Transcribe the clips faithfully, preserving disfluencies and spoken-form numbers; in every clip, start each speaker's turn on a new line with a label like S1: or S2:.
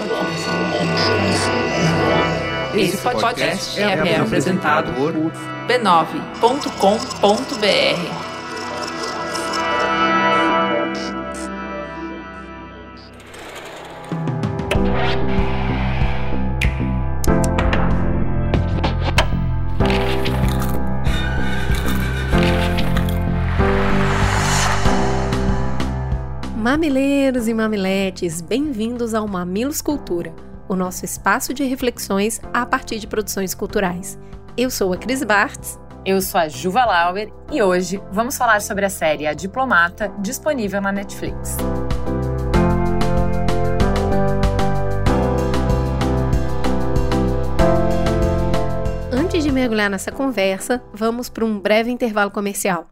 S1: Esse podcast é, é apresentado por b nove ponto com ponto b r.
S2: Mamileiros e mamiletes, bem-vindos ao Mamilos Cultura, o nosso espaço de reflexões a partir de produções culturais. Eu sou a Cris Bartz.
S3: Eu sou a Juva Lauer e hoje vamos falar sobre a série A Diplomata, disponível na Netflix.
S2: Antes de mergulhar nessa conversa, vamos para um breve intervalo comercial.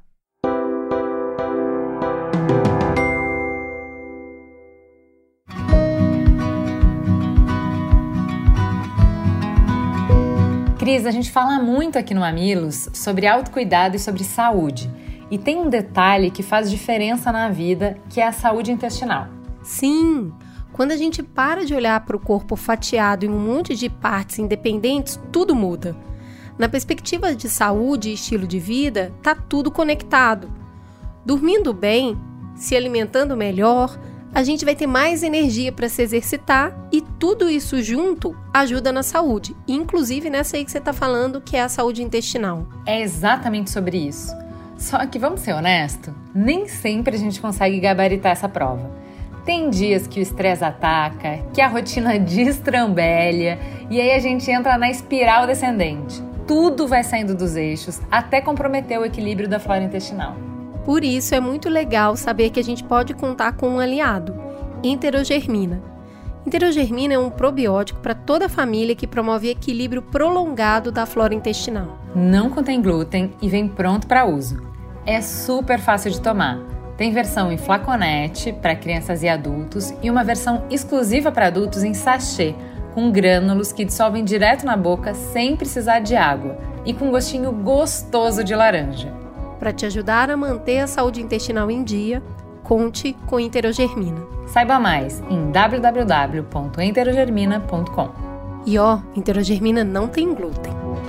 S3: Cris, a gente fala muito aqui no Mamilos sobre autocuidado e sobre saúde. E tem um detalhe que faz diferença na vida, que é a saúde intestinal.
S2: Sim! Quando a gente para de olhar para o corpo fatiado em um monte de partes independentes, tudo muda. Na perspectiva de saúde e estilo de vida, tá tudo conectado. Dormindo bem, se alimentando melhor, a gente vai ter mais energia para se exercitar e tudo isso junto ajuda na saúde, inclusive nessa aí que você está falando, que é a saúde intestinal.
S3: É exatamente sobre isso. Só que, vamos ser honestos, nem sempre a gente consegue gabaritar essa prova. Tem dias que o estresse ataca, que a rotina destrambelha e aí a gente entra na espiral descendente. Tudo vai saindo dos eixos até comprometer o equilíbrio da flora intestinal.
S2: Por isso é muito legal saber que a gente pode contar com um aliado, Enterogermina. Enterogermina é um probiótico para toda a família que promove equilíbrio prolongado da flora intestinal.
S3: Não contém glúten e vem pronto para uso. É super fácil de tomar. Tem versão em flaconete para crianças e adultos e uma versão exclusiva para adultos em sachê, com grânulos que dissolvem direto na boca sem precisar de água e com um gostinho gostoso de laranja.
S2: Para te ajudar a manter a saúde intestinal em dia, conte com Enterogermina.
S3: Saiba mais em w w w ponto enterogermina ponto com.
S2: E ó, Enterogermina não tem glúten.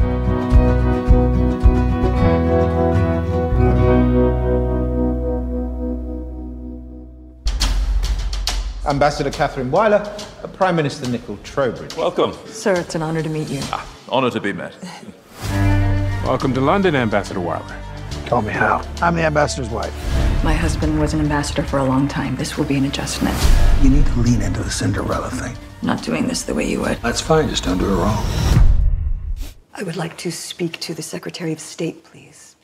S4: Ambassador Catherine Weiler, Prime Minister Nicole Trowbridge.
S5: Welcome.
S6: Sir, it's an honor to meet you.
S5: Ah, honor to be met.
S7: Welcome to London, Ambassador Weiler.
S8: Call me Hal. I'm the ambassador's wife.
S6: My husband was an ambassador for a long time. This will be an adjustment.
S8: You need to lean into the Cinderella thing.
S6: I'm not doing this the way you would.
S8: That's fine, just don't do it wrong.
S6: I would like to speak to the Secretary of State, please.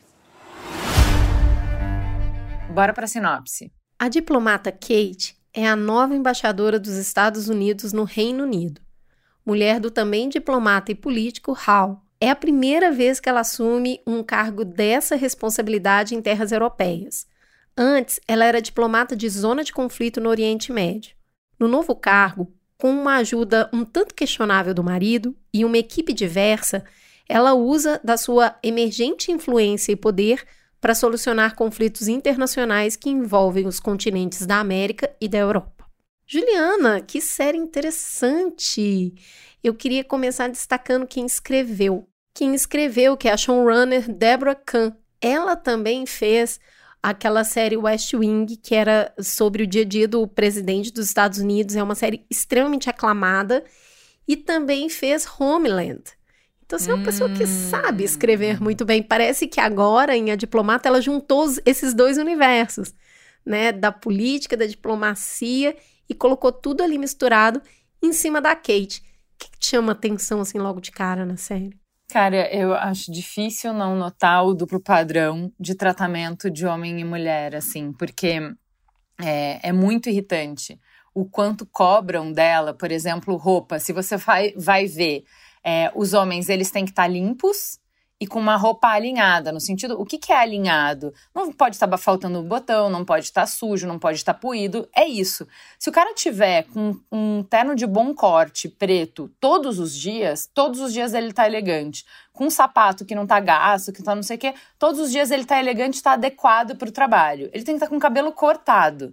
S3: Bora para a sinopse.
S2: A diplomata Kate é a nova embaixadora dos Estados Unidos no Reino Unido. Mulher do também diplomata e político Hal. É a primeira vez que ela assume um cargo dessa responsabilidade em terras europeias. Antes, ela era diplomata de zona de conflito no Oriente Médio. No novo cargo, com uma ajuda um tanto questionável do marido e uma equipe diversa, ela usa da sua emergente influência e poder para solucionar conflitos internacionais que envolvem os continentes da América e da Europa. Juliana, que série interessante! Eu queria começar destacando quem escreveu. Quem escreveu, que é a showrunner Deborah Kahn. Ela também fez aquela série West Wing, que era sobre o dia a dia do presidente dos Estados Unidos. É uma série extremamente aclamada. E também fez Homeland. Então, você é uma hum. pessoa que sabe escrever muito bem. Parece que agora, em A Diplomata, ela juntou esses dois universos, né? Da política, da diplomacia, e colocou tudo ali misturado em cima da Kate. O que te chama atenção, assim, logo de cara na série?
S3: Cara, eu acho difícil não notar o duplo padrão de tratamento de homem e mulher, assim, porque é, é muito irritante o quanto cobram dela, por exemplo, roupa. Se você vai, vai ver, é, os homens, eles têm que estar limpos e com uma roupa alinhada, no sentido, o que, que é alinhado? Não pode estar faltando um botão, não pode estar sujo, não pode estar puído, é isso. Se o cara tiver com um terno de bom corte, preto, todos os dias, todos os dias ele tá elegante. Com um sapato que não tá gasto, que tá não sei o quê, todos os dias ele tá elegante, tá adequado pro trabalho. Ele tem que estar com o cabelo cortado.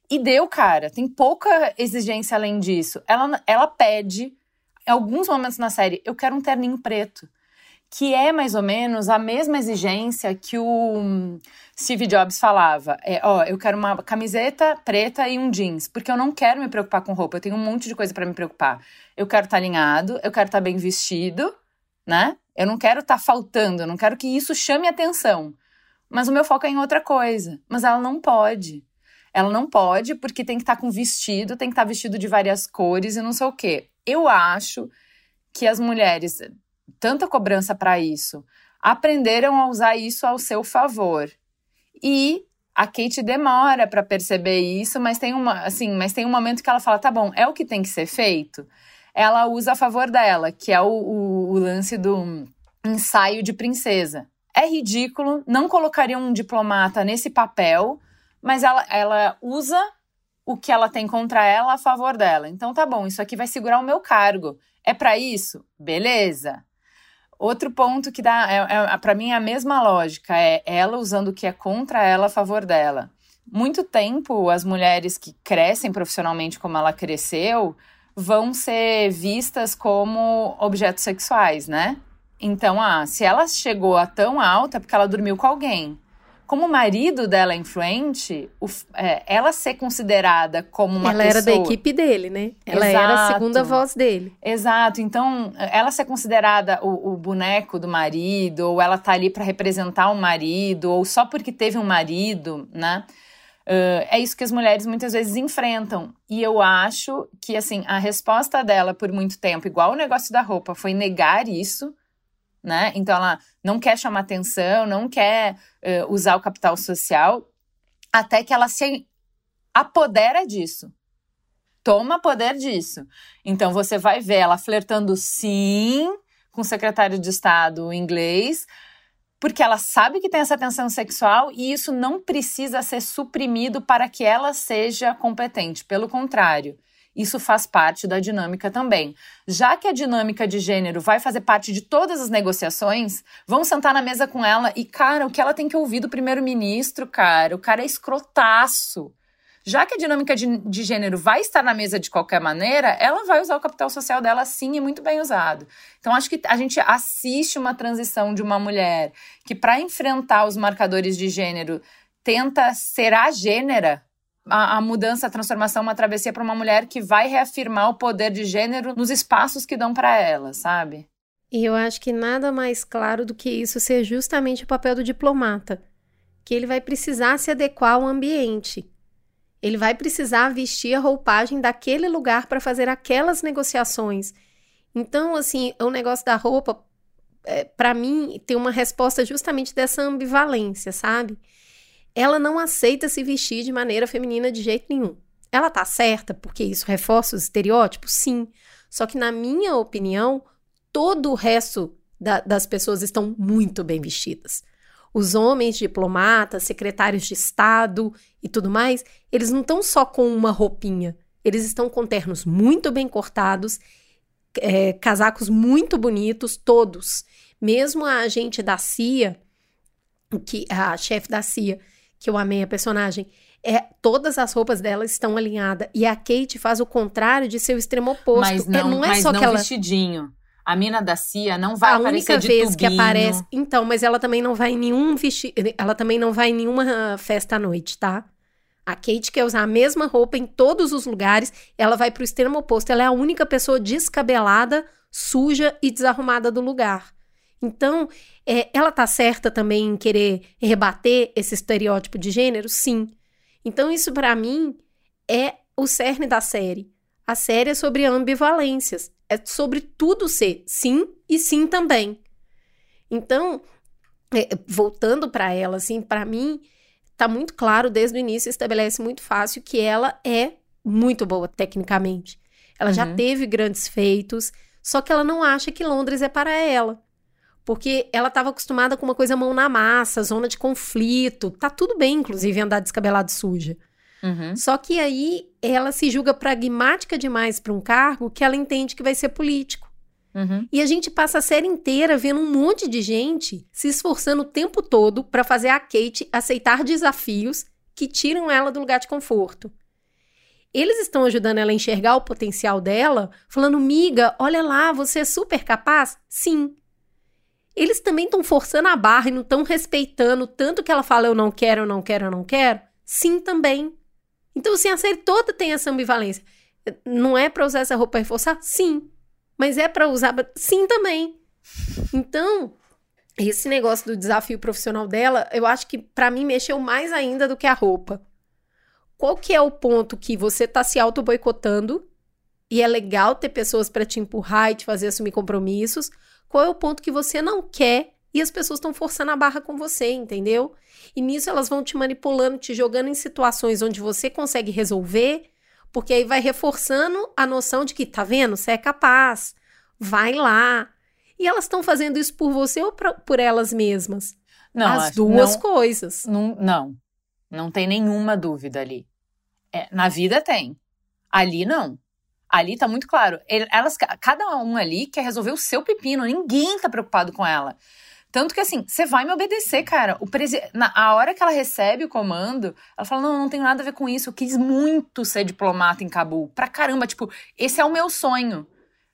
S3: E deu, cara. Tem pouca exigência além disso. Ela, ela pede, em alguns momentos na série, eu quero um terninho preto. Que é mais ou menos a mesma exigência que o Steve Jobs falava. É, ó, eu quero uma camiseta preta e um jeans, porque eu não quero me preocupar com roupa, eu tenho um monte de coisa pra me preocupar. Eu quero estar alinhado, eu quero estar bem vestido, né? Eu não quero estar faltando, eu não quero que isso chame atenção. Mas o meu foco é em outra coisa. Mas ela não pode. Ela não pode porque tem que estar com vestido, tem que estar vestido de várias cores e não sei o quê. Eu acho que as mulheres... tanta cobrança para isso, aprenderam a usar isso ao seu favor. E a Kate demora para perceber isso, mas tem, uma, assim, mas tem um momento que ela fala, tá bom, é o que tem que ser feito. Ela usa a favor dela, que é o, o, o lance do ensaio de princesa. É ridículo, não colocaria um diplomata nesse papel, mas ela, ela usa o que ela tem contra ela a favor dela. Então tá bom, isso aqui vai segurar o meu cargo. É para isso? Beleza. Outro ponto que dá, é, é, para mim, é a mesma lógica, é ela usando o que é contra ela a favor dela. Muito tempo, as mulheres que crescem profissionalmente como ela cresceu, vão ser vistas como objetos sexuais, né? Então, ah, se ela chegou a tão alta é porque ela dormiu com alguém. Como o marido dela é influente, o, é, ela ser considerada como uma
S2: ela
S3: pessoa...
S2: Ela era da equipe dele, né? Ela
S3: Exato.
S2: Era a segunda voz dele.
S3: Exato. Então, ela ser considerada o, o boneco do marido, ou ela tá ali para representar o marido, ou só porque teve um marido, né? Uh, é isso que as mulheres muitas vezes enfrentam. E eu acho que, assim, a resposta dela por muito tempo, igual o negócio da roupa, foi negar isso, né? Então ela não quer chamar atenção, não quer uh, usar o capital social, até que ela se apodera disso. Toma poder disso. Então você vai ver ela flertando sim com o secretário de Estado inglês, porque ela sabe que tem essa tensão sexual e isso não precisa ser suprimido para que ela seja competente. Pelo contrário, isso faz parte da dinâmica também. Já que a dinâmica de gênero vai fazer parte de todas as negociações, vão sentar na mesa com ela e, cara, o que ela tem que ouvir do primeiro-ministro, cara, o cara é escrotaço. Já que a dinâmica de, de gênero vai estar na mesa de qualquer maneira, ela vai usar o capital social dela sim e muito bem usado. Então, acho que a gente assiste uma transição de uma mulher que, para enfrentar os marcadores de gênero, tenta ser agênera. A, a mudança, a transformação, uma travessia para uma mulher que vai reafirmar o poder de gênero nos espaços que dão para ela, sabe?
S2: E eu acho que nada mais claro do que isso ser justamente o papel do diplomata, que ele vai precisar se adequar ao ambiente. Ele vai precisar vestir a roupagem daquele lugar para fazer aquelas negociações. Então, assim, o negócio da roupa, é, para mim, tem uma resposta justamente dessa ambivalência, sabe? Ela não aceita se vestir de maneira feminina de jeito nenhum. Ela tá certa porque isso reforça os estereótipos? Sim. Só que, na minha opinião, todo o resto da, das pessoas estão muito bem vestidas. Os homens diplomatas, secretários de Estado e tudo mais, eles não estão só com uma roupinha. Eles estão com ternos muito bem cortados, é, casacos muito bonitos, todos. Mesmo a agente da C I A, que, a chefe da C I A, que eu amei a personagem, é, todas as roupas dela estão alinhadas. E a Kate faz o contrário de ser o extremo oposto.
S3: Mas não,
S2: é, não é
S3: mas
S2: só
S3: não
S2: que ela...
S3: vestidinho. A mina da C I A não vai
S2: a
S3: aparecer de
S2: tubinho. A única vez
S3: tubinho.
S2: que aparece... Então, mas ela também não vai em nenhum vestido... Ela também não vai em nenhuma festa à noite, tá? A Kate quer usar a mesma roupa em todos os lugares. Ela vai pro extremo oposto. Ela é a única pessoa descabelada, suja e desarrumada do lugar. Então, é, ela tá certa também em querer rebater esse estereótipo de gênero? Sim. Então, isso pra mim é o cerne da série. A série é sobre ambivalências. É sobre tudo ser sim e sim também. Então, é, voltando pra ela, assim, pra mim, tá muito claro desde o início, estabelece muito fácil que ela é muito boa tecnicamente. Ela uhum. já teve grandes feitos, só que ela não acha que Londres é para ela. Porque ela estava acostumada com uma coisa mão na massa, zona de conflito. Tá tudo bem, inclusive, andar descabelado suja. Uhum. Só que aí ela se julga pragmática demais para um cargo que ela entende que vai ser político. Uhum. E a gente passa a série inteira vendo um monte de gente se esforçando o tempo todo para fazer a Kate aceitar desafios que tiram ela do lugar de conforto. Eles estão ajudando ela a enxergar o potencial dela, falando, miga, olha lá, você é super capaz? Sim. Eles também estão forçando a barra e não estão respeitando tanto que ela fala, eu não quero, eu não quero, eu não quero? Sim, também. Então, assim, a série toda tem essa ambivalência. Não é pra usar essa roupa pra reforçar? Sim. Mas é pra usar... Sim, também. Então, esse negócio do desafio profissional dela, eu acho que pra mim mexeu mais ainda do que a roupa. Qual que é o ponto que você tá se auto-boicotando e é legal ter pessoas pra te empurrar e te fazer assumir compromissos? Qual é o ponto que você não quer e as pessoas estão forçando a barra com você, entendeu? E nisso elas vão te manipulando, te jogando em situações onde você consegue resolver, porque aí vai reforçando a noção de que, tá vendo? Você é capaz, vai lá. E elas estão fazendo isso por você ou pra, por elas mesmas?
S3: Não,
S2: As
S3: acho,
S2: duas
S3: não,
S2: coisas.
S3: Não, não, não tem nenhuma dúvida ali. É, na vida tem. Ali não. Ali tá muito claro. Elas, cada um ali quer resolver o seu pepino. Ninguém tá preocupado com ela. Tanto que assim, você vai me obedecer, cara. O presi... Na a hora que ela recebe o comando, ela fala, não, não tem nada a ver com isso. Eu quis muito ser diplomata em Cabul. Pra caramba, tipo, esse é o meu sonho.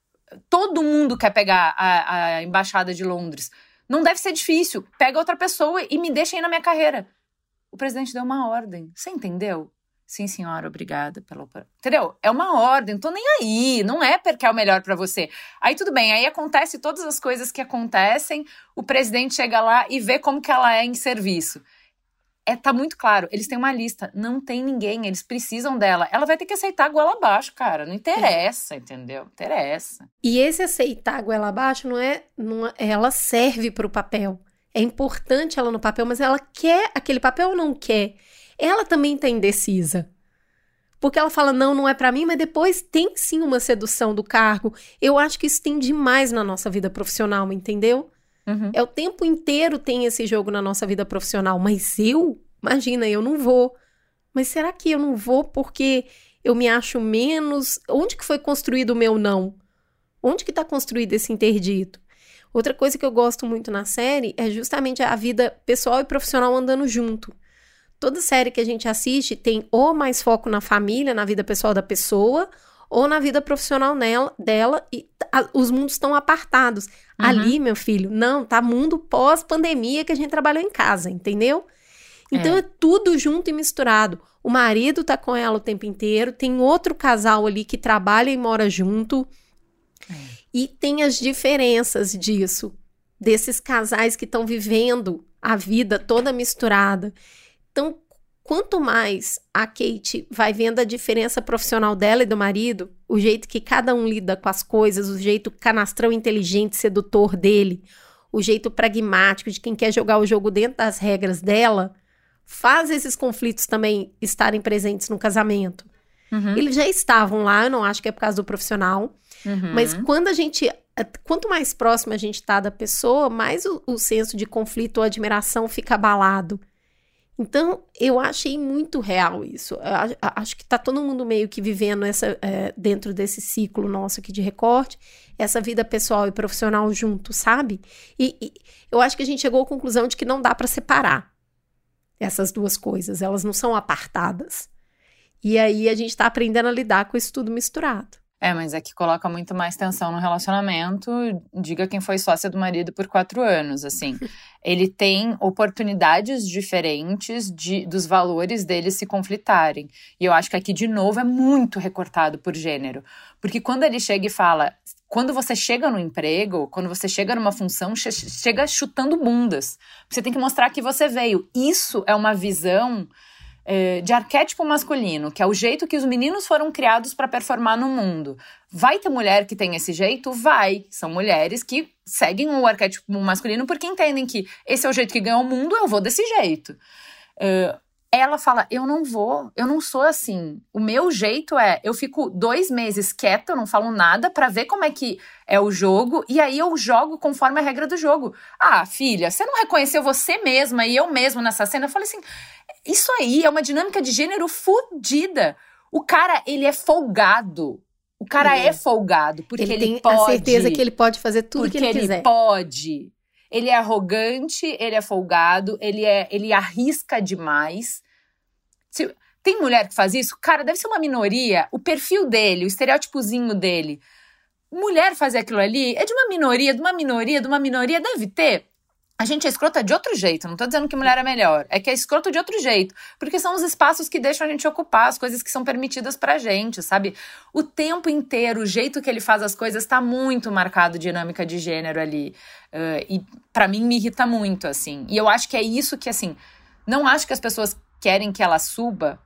S3: Todo mundo quer pegar a, a embaixada de Londres. Não deve ser difícil. Pega outra pessoa e me deixa aí na minha carreira. O presidente deu uma ordem. Você entendeu? Sim, senhora, obrigada pela... Entendeu? É uma ordem, não tô nem aí, não é porque é o melhor pra você. Aí tudo bem, aí acontece todas as coisas que acontecem, o presidente chega lá e vê como que ela é em serviço. É, tá muito claro, eles têm uma lista, não tem ninguém, eles precisam dela. Ela vai ter que aceitar a goela abaixo, cara, não interessa, é. entendeu? Não interessa.
S2: E esse aceitar a goela abaixo não é, não é... Ela serve pro papel. É importante ela no papel, mas ela quer aquele papel ou não quer? Ela também tá indecisa. Porque ela fala, não, não é pra mim, mas depois tem sim uma sedução do cargo. Eu acho que isso tem demais na nossa vida profissional, entendeu?
S3: Uhum.
S2: É o tempo inteiro tem esse jogo na nossa vida profissional. Mas eu, imagina, eu não vou. Mas será que eu não vou porque eu me acho menos? Onde que foi construído o meu não? Onde que tá construído esse interdito? Outra coisa que eu gosto muito na série é justamente a vida pessoal e profissional andando junto. Toda série que a gente assiste tem ou mais foco na família, na vida pessoal da pessoa, ou na vida profissional nela, dela, e a, os mundos estão apartados. Uhum. Ali, meu filho, não, tá mundo pós-pandemia que a gente trabalhou em casa, entendeu? Então é. é tudo junto e misturado. O marido tá com ela o tempo inteiro, tem outro casal ali que trabalha e mora junto, é. e tem as diferenças disso, desses casais que estão vivendo a vida toda misturada. Então, quanto mais a Kate vai vendo a diferença profissional dela e do marido, o jeito que cada um lida com as coisas, o jeito canastrão inteligente, sedutor dele, o jeito pragmático de quem quer jogar o jogo dentro das regras dela, faz esses conflitos também estarem presentes no casamento. Uhum. Eles já estavam lá, eu não acho que é por causa do profissional, uhum. mas quando a gente... Quanto mais próximo a gente tá da pessoa, mais o, o senso de conflito ou admiração fica abalado. Então, eu achei muito real isso. Eu acho que tá todo mundo meio que vivendo essa, é, dentro desse ciclo nosso aqui de recorte, essa vida pessoal e profissional junto, sabe? E, e eu acho que a gente chegou à conclusão de que não dá para separar essas duas coisas. Elas não são apartadas. E aí a gente tá aprendendo a lidar com isso tudo misturado.
S3: É, mas é que coloca muito mais tensão no relacionamento, diga quem foi sócia do marido por quatro anos, assim. Ele tem oportunidades diferentes de, dos valores deles se conflitarem. E eu acho que aqui, de novo, é muito recortado por gênero. Porque quando ele chega e fala, quando você chega no emprego, quando você chega numa função, che- chega chutando bundas. Você tem que mostrar que você veio. Isso é uma visão... de arquétipo masculino, que é o jeito que os meninos foram criados para performar no mundo. Vai ter mulher que tem esse jeito? Vai. São mulheres que seguem o arquétipo masculino porque entendem que esse é o jeito que ganha o mundo, eu vou desse jeito. Uh, ela fala, eu não vou, eu não sou assim. O meu jeito é, eu fico dois meses quieta, eu não falo nada pra ver como é que é o jogo, e aí eu jogo conforme a regra do jogo. Ah, filha, você não reconheceu você mesma e eu mesmo nessa cena? Eu falei assim, isso aí é uma dinâmica de gênero fodida. O cara, ele é folgado. O cara é, é folgado, porque ele, ele
S2: tem
S3: pode.
S2: a certeza que ele pode fazer tudo que ele,
S3: ele
S2: quiser.
S3: Porque ele pode. Ele é arrogante, ele é folgado, ele, é, ele arrisca demais. Se, Tem mulher que faz isso? Cara, deve ser uma minoria. O perfil dele, o estereótipozinho dele. Mulher fazer aquilo ali é de uma minoria, de uma minoria, de uma minoria. Deve ter. A gente é escrota de outro jeito. Não tô dizendo que mulher é melhor. É que é escrota de outro jeito. Porque são os espaços que deixam a gente ocupar, as coisas que são permitidas pra gente, sabe? O tempo inteiro, o jeito que ele faz as coisas tá muito marcado dinâmica de gênero ali. Uh, e pra mim me irrita muito, assim. E eu acho que é isso que, assim... Não acho que as pessoas querem que ela suba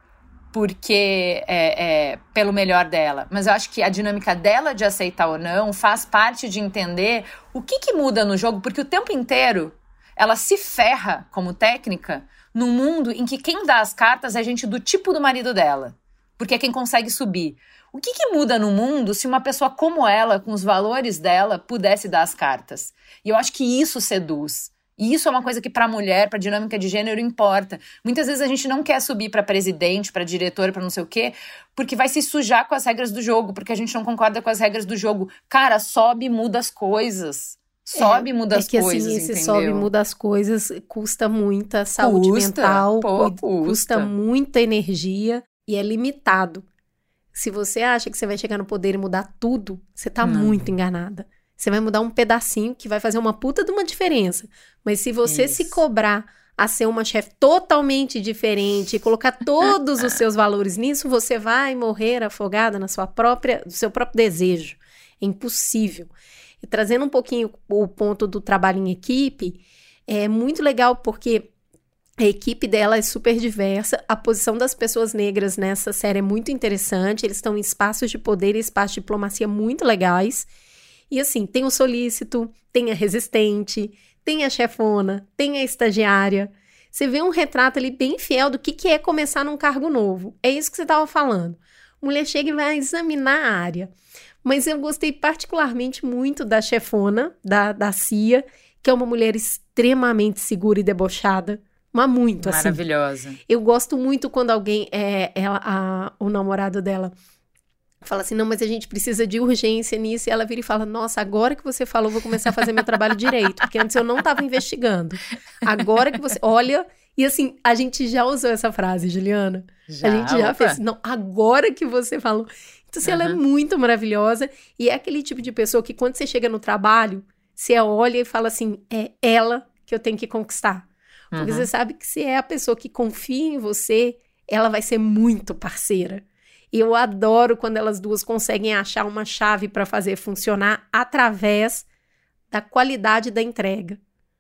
S3: porque é, é pelo melhor dela. Mas eu acho que a dinâmica dela de aceitar ou não faz parte de entender o que, que muda no jogo, porque o tempo inteiro ela se ferra como técnica num mundo em que quem dá as cartas é gente do tipo do marido dela, porque é quem consegue subir. O que, que muda no mundo se uma pessoa como ela, com os valores dela, pudesse dar as cartas? E eu acho que isso seduz. E isso é uma coisa que para a mulher, para a dinâmica de gênero, importa. Muitas vezes a gente não quer subir para presidente, para diretor, para não sei o quê, porque vai se sujar com as regras do jogo, porque a gente não concorda com as regras do jogo. Cara, sobe e muda as coisas. Sobe e
S2: é,
S3: muda as
S2: é que,
S3: coisas,
S2: assim, esse
S3: entendeu?
S2: sobe e muda as coisas custa muita saúde
S3: custa,
S2: mental,
S3: pô,
S2: custa.
S3: custa.
S2: custa muita energia e é limitado. Se você acha que você vai chegar no poder e mudar tudo, você tá não. muito enganada. Você vai mudar um pedacinho que vai fazer uma puta de uma diferença. Mas se você Isso. se cobrar a ser uma chefe totalmente diferente e colocar todos os seus valores nisso, você vai morrer afogada na sua própria, no seu próprio desejo. É impossível. E trazendo um pouquinho o ponto do trabalho em equipe, é muito legal porque a equipe dela é super diversa. A posição das pessoas negras nessa série é muito interessante. Eles estão em espaços de poder e espaços de diplomacia muito legais. E assim, tem o solícito, tem a resistente, tem a chefona, tem a estagiária. Você vê um retrato ali bem fiel do que, que é começar num cargo novo. É isso que você estava falando. Mulher chega e vai examinar a área. Mas eu gostei particularmente muito da chefona, da, da Cia, que é uma mulher extremamente segura e debochada. Mas muito, assim.
S3: Maravilhosa.
S2: Eu gosto muito quando alguém, é, ela, a, o namorado dela... fala assim, não, mas a gente precisa de urgência nisso. E ela vira e fala, nossa, agora que você falou, vou começar a fazer meu trabalho direito. Porque antes eu não estava investigando. Agora que você... Olha... E assim, a gente já usou essa frase, Juliana. Já, a gente já opa. fez. Não, agora que você falou. Então, assim, uhum. ela é muito maravilhosa. E é aquele tipo de pessoa que quando você chega no trabalho, você olha e fala assim, é ela que eu tenho que conquistar. Porque uhum. você sabe que se é a pessoa que confia em você, ela vai ser muito parceira. E eu adoro quando elas duas conseguem achar uma chave para fazer funcionar através da qualidade da entrega.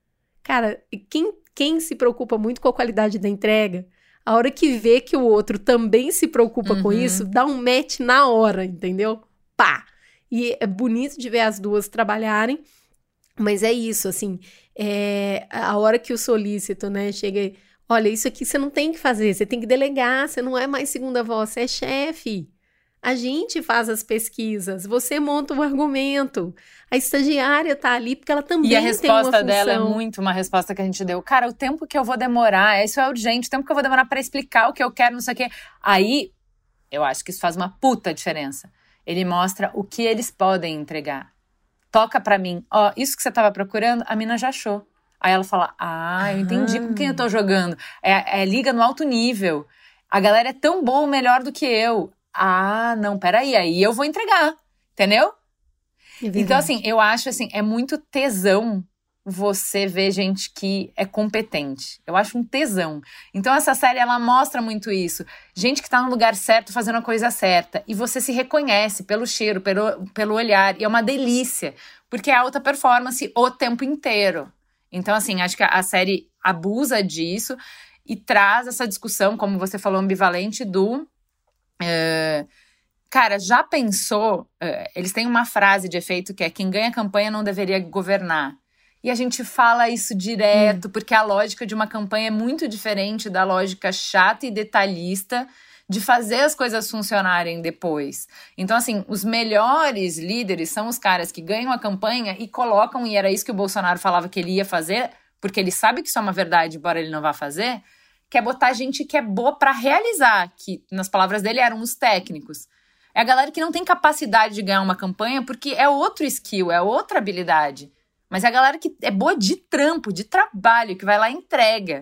S2: Cara, quem, quem se preocupa muito com a qualidade da entrega, a hora que vê que o outro também se preocupa uhum. com isso, dá um match na hora, entendeu? Pá! E é bonito de ver as duas trabalharem, mas é isso, assim, é, a hora que o solícito, né, chega e olha, isso aqui você não tem que fazer, você tem que delegar, você não é mais segunda voz, você é chefe. A gente faz as pesquisas, você monta o argumento. A estagiária tá ali porque ela também tem uma função. E a resposta
S3: dela é muito uma resposta que a gente deu. Cara, o tempo que eu vou demorar, isso é urgente, o tempo que eu vou demorar pra explicar o que eu quero, não sei o quê. Aí, eu acho que isso faz uma puta diferença. Ele mostra o que eles podem entregar. Toca pra mim, ó, isso que você tava procurando, a mina já achou. Aí ela fala, ah, eu entendi com quem eu tô jogando. É, é liga no alto nível. A galera é tão boa ou melhor do que eu. Ah, não, peraí, aí eu vou entregar. Entendeu? É então, assim, eu acho assim, é muito tesão você ver gente que é competente. Eu acho um tesão. Então, essa série, ela mostra muito isso. Gente que tá no lugar certo, fazendo a coisa certa. E você se reconhece pelo cheiro, pelo, pelo olhar. E é uma delícia. Porque é alta performance o tempo inteiro. Então, assim, acho que a série abusa disso e traz essa discussão, como você falou, ambivalente do... Uh, cara, já pensou... Uh, eles têm uma frase de efeito que é quem ganha campanha não deveria governar. E a gente fala isso direto, hum. porque a lógica de uma campanha é muito diferente da lógica chata e detalhista de fazer as coisas funcionarem depois. Então, assim, os melhores líderes são os caras que ganham a campanha e colocam, e era isso que o Bolsonaro falava que ele ia fazer, porque ele sabe que isso é uma verdade, embora ele não vá fazer, que é botar gente que é boa pra realizar, que, nas palavras dele, eram os técnicos. É a galera que não tem capacidade de ganhar uma campanha, porque é outro skill, é outra habilidade. Mas é a galera que é boa de trampo, de trabalho, que vai lá e entrega.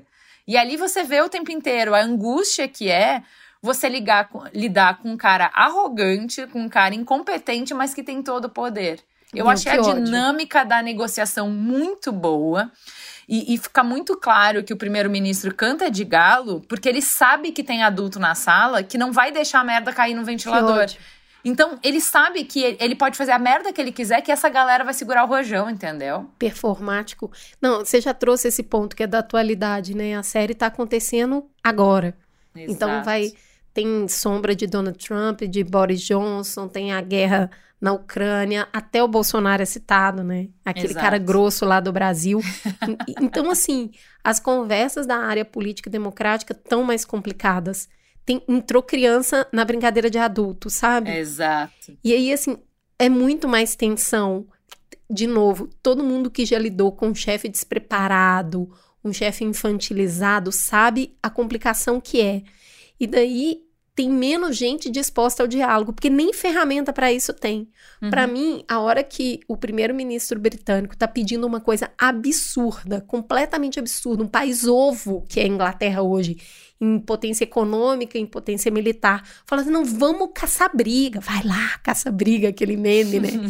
S3: E ali você vê o tempo inteiro a angústia que é você ligar, lidar com um cara arrogante, com um cara incompetente, mas que tem todo o poder. Eu
S2: Meu,
S3: achei a
S2: ódio.
S3: dinâmica da negociação muito boa. E, e fica muito claro que o primeiro-ministro canta de galo, porque ele sabe que tem adulto na sala que não vai deixar a merda cair no ventilador. Então, ele sabe que ele pode fazer a merda que ele quiser, que essa galera vai segurar o rojão, entendeu?
S2: Performático. Não, você já trouxe esse ponto que é da atualidade, né? A série tá acontecendo agora.
S3: Exato.
S2: Então, vai... Tem sombra de Donald Trump, de Boris Johnson, tem a guerra na Ucrânia, até o Bolsonaro é citado, né? Aquele
S3: Exato.
S2: cara grosso lá do Brasil. Então, assim, as conversas da área política democrática estão mais complicadas. Tem, entrou criança na brincadeira de adulto, sabe?
S3: Exato.
S2: E aí, assim, é muito mais tensão. De novo, todo mundo que já lidou com um chefe despreparado, um chefe infantilizado, sabe a complicação que é. E daí tem menos gente disposta ao diálogo, porque nem ferramenta para isso tem. Uhum. Para mim, a hora que o primeiro-ministro britânico tá pedindo uma coisa absurda, completamente absurda, um país ovo, que é a Inglaterra hoje, em potência econômica, em potência militar, falando, não, vamos caçar briga, vai lá, caça briga, aquele meme, né?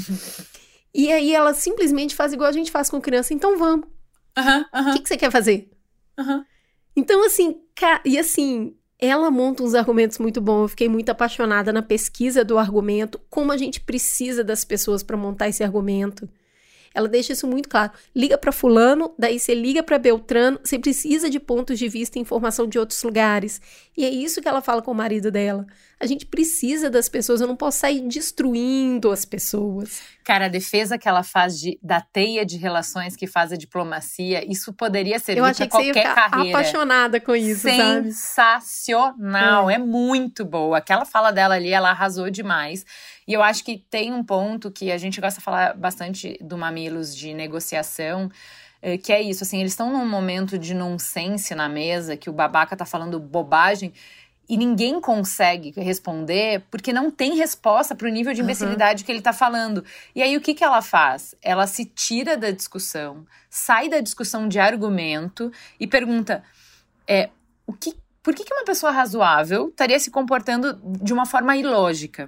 S2: E aí ela simplesmente faz igual a gente faz com criança, então vamos.
S3: Uhum, uhum.
S2: O que, que você quer fazer?
S3: Uhum.
S2: Então, assim, ca... e assim... Ela monta uns argumentos muito bons, eu fiquei muito apaixonada na pesquisa do argumento, como a gente precisa das pessoas para montar esse argumento. Ela deixa isso muito claro. Liga para fulano, daí você liga para Beltrano, você precisa de pontos de vista e informação de outros lugares. E é isso que ela fala com o marido dela. A gente precisa das pessoas, eu não posso sair destruindo as pessoas.
S3: Cara, a defesa que ela faz de, da teia de relações que faz a diplomacia, isso poderia servir para qualquer
S2: Eu achei que você ia ficar
S3: carreira.
S2: apaixonada com isso, sabe?
S3: Sensacional,
S2: é.
S3: é muito boa. Aquela fala dela ali, ela arrasou demais. E eu acho que tem um ponto que a gente gosta de falar bastante do Mamilos de negociação, que é isso, assim, eles estão num momento de nonsense na mesa, que o babaca tá falando bobagem, e ninguém consegue responder porque não tem resposta pro nível de imbecilidade uhum. que ele tá falando. E aí, o que que ela faz? Ela se tira da discussão, sai da discussão de argumento e pergunta, é, o que, por que que uma pessoa razoável estaria se comportando de uma forma ilógica?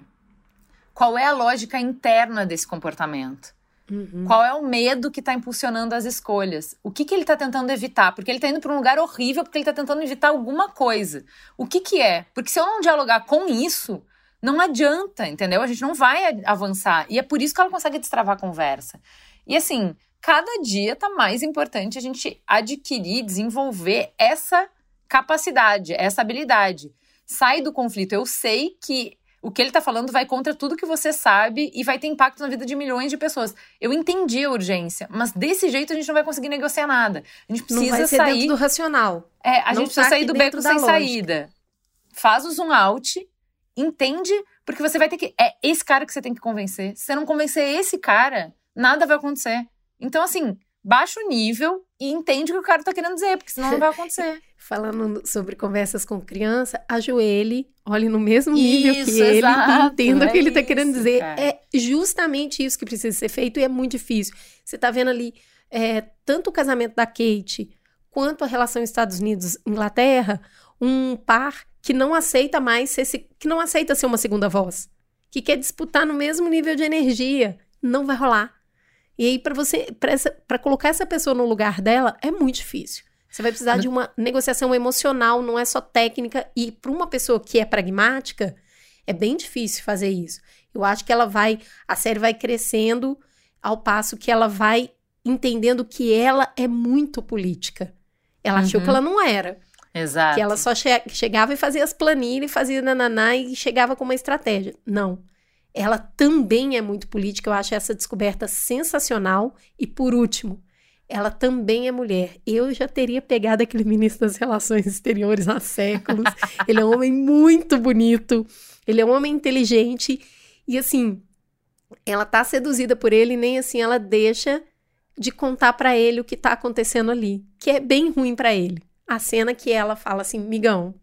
S3: Qual é a lógica interna desse comportamento? Uhum. Qual é o medo que está impulsionando as escolhas? O que que ele está tentando evitar? Porque ele está indo para um lugar horrível, porque ele está tentando evitar alguma coisa. O que que é? Porque se eu não dialogar com isso, não adianta, entendeu? A gente não vai avançar. E é por isso que ela consegue destravar a conversa. E assim, cada dia está mais importante a gente adquirir, desenvolver essa capacidade, essa habilidade. Sai do conflito. Eu sei que o que ele tá falando vai contra tudo que você sabe e vai ter impacto na vida de milhões de pessoas. Eu entendi a urgência, mas desse jeito a gente não vai conseguir negociar nada. A gente precisa
S2: não vai ser
S3: sair...
S2: dentro do racional.
S3: É, a
S2: não
S3: gente precisa
S2: tá
S3: sair do beco sem
S2: lógica.
S3: saída. Faz o zoom out, entende, porque você vai ter que... É esse cara que você tem que convencer. Se você não convencer esse cara, nada vai acontecer. Então, assim, baixa o nível e entende o que o cara tá querendo dizer, porque senão não vai acontecer.
S2: Falando sobre conversas com criança, ajoelhe, olhe no mesmo nível
S3: isso,
S2: que ele
S3: exato,
S2: e entenda
S3: é
S2: o que ele está
S3: isso,
S2: querendo dizer.
S3: Cara.
S2: É justamente isso que precisa ser feito e é muito difícil. Você está vendo ali é, tanto o casamento da Kate quanto a relação Estados Unidos-Inglaterra, um par que não aceita mais ser, que não aceita ser uma segunda voz, que quer disputar no mesmo nível de energia. Não vai rolar. E aí, para você, para colocar essa pessoa no lugar dela, é muito difícil. Você vai precisar de uma negociação emocional, não é só técnica. E para uma pessoa que é pragmática, é bem difícil fazer isso. Eu acho que ela vai, a série vai crescendo ao passo que ela vai entendendo que ela é muito política. Ela uhum. achou que ela não era.
S3: Exato.
S2: Que ela só che- chegava e fazia as planilhas, fazia nananá e chegava com uma estratégia. Não. Ela também é muito política, eu acho essa descoberta sensacional. E por último, ela também é mulher. Eu já teria pegado aquele ministro das Relações Exteriores há séculos. Ele é um homem muito bonito, ele é um homem inteligente. E assim, ela tá seduzida por ele e nem assim ela deixa de contar pra ele o que tá acontecendo ali. Que é bem ruim pra ele. A cena que ela fala assim, migão,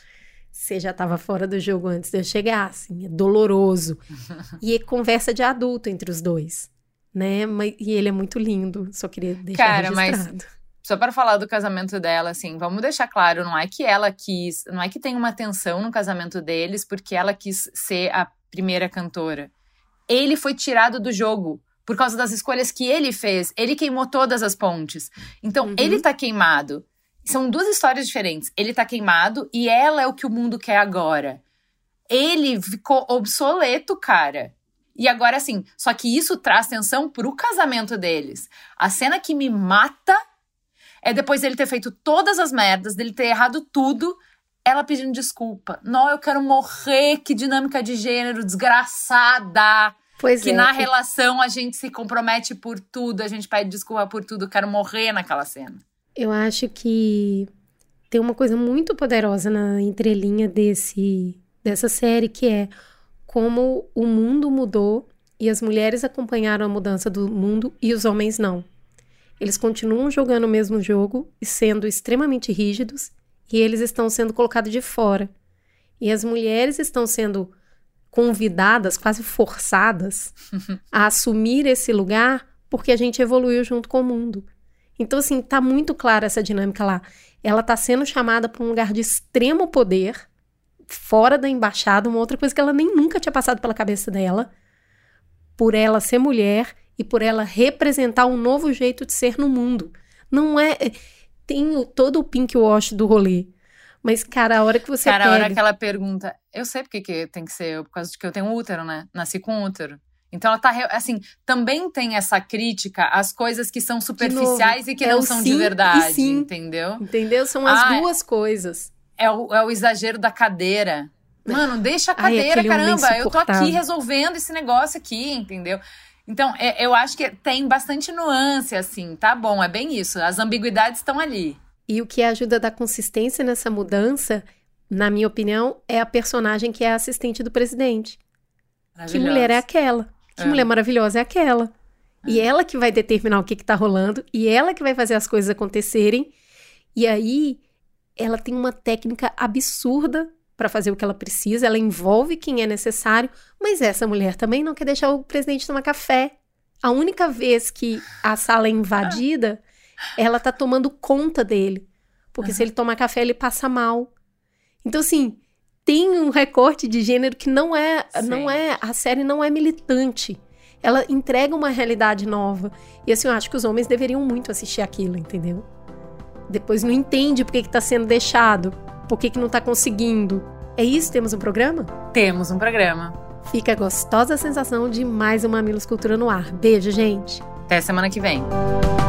S2: você já estava fora do jogo antes de eu chegar, assim, é doloroso. E é conversa de adulto entre os dois, né? Mas, e ele é muito lindo, só queria deixar
S3: Cara,
S2: registrado.
S3: mas só para falar do casamento dela, assim, vamos deixar claro, não é que ela quis, não é que tem uma tensão no casamento deles porque ela quis ser a primeira cantora. Ele foi tirado do jogo por causa das escolhas que ele fez. Ele queimou todas as pontes. Então, uhum. ele tá queimado. São duas histórias diferentes. Ele tá queimado e ela é o que o mundo quer agora. Ele ficou obsoleto, cara. E agora, assim, só que isso traz tensão pro casamento deles. A cena que me mata é depois dele ter feito todas as merdas, dele ter errado tudo, ela pedindo desculpa. Não, eu quero morrer, que dinâmica de gênero desgraçada.
S2: Pois
S3: que
S2: é.
S3: na relação a gente se compromete por tudo, a gente pede desculpa por tudo, eu quero morrer naquela cena.
S2: Eu acho que tem uma coisa muito poderosa na entrelinha desse, dessa série, que é como o mundo mudou e as mulheres acompanharam a mudança do mundo e os homens não. Eles continuam jogando o mesmo jogo e sendo extremamente rígidos, e eles estão sendo colocados de fora. E as mulheres estão sendo convidadas, quase forçadas, a assumir esse lugar porque a gente evoluiu junto com o mundo. Então, assim, tá muito clara essa dinâmica lá. Ela tá sendo chamada para um lugar de extremo poder, fora da embaixada, uma outra coisa que ela nem nunca tinha passado pela cabeça dela, por ela ser mulher e por ela representar um novo jeito de ser no mundo. Não é... Tem todo o pink wash do rolê. Mas, cara, a hora que você
S3: cara,
S2: pega...
S3: Cara, a hora que ela pergunta... Eu sei porque que tem que ser... Por causa de que eu tenho útero, né? Nasci com útero. Então, ela tá... Assim, também tem essa crítica às coisas que são superficiais e que
S2: é
S3: não são de verdade,
S2: sim,
S3: entendeu?
S2: Entendeu? São as
S3: ah,
S2: duas coisas.
S3: É o, é o exagero da cadeira. Mano, deixa a cadeira,
S2: Ai,
S3: caramba. Eu tô aqui resolvendo esse negócio aqui, entendeu? Então, é, eu acho que tem bastante nuance, assim, tá bom, é bem isso. As ambiguidades estão ali.
S2: E o que ajuda a dar consistência nessa mudança, na minha opinião, é a personagem que é a assistente do presidente. Que mulher é aquela? Que é. mulher maravilhosa é aquela? É. E ela que vai determinar o que que tá rolando, e ela que vai fazer as coisas acontecerem. E aí, ela tem uma técnica absurda para fazer o que ela precisa, ela envolve quem é necessário, mas essa mulher também não quer deixar o presidente tomar café. A única vez que a sala é invadida, ela tá tomando conta dele, porque uhum. se ele tomar café, ele passa mal. Então, assim, tem um recorte de gênero que não é, não é, a série não é militante. Ela entrega uma realidade nova. E assim, eu acho que os homens deveriam muito assistir aquilo, entendeu? Depois não entende por que que tá sendo deixado. Por que que não tá conseguindo? É isso? Temos um programa?
S3: Temos um programa.
S2: Fica a gostosa sensação de mais um Mamilos Cultura no ar. Beijo, gente.
S3: Até semana que vem.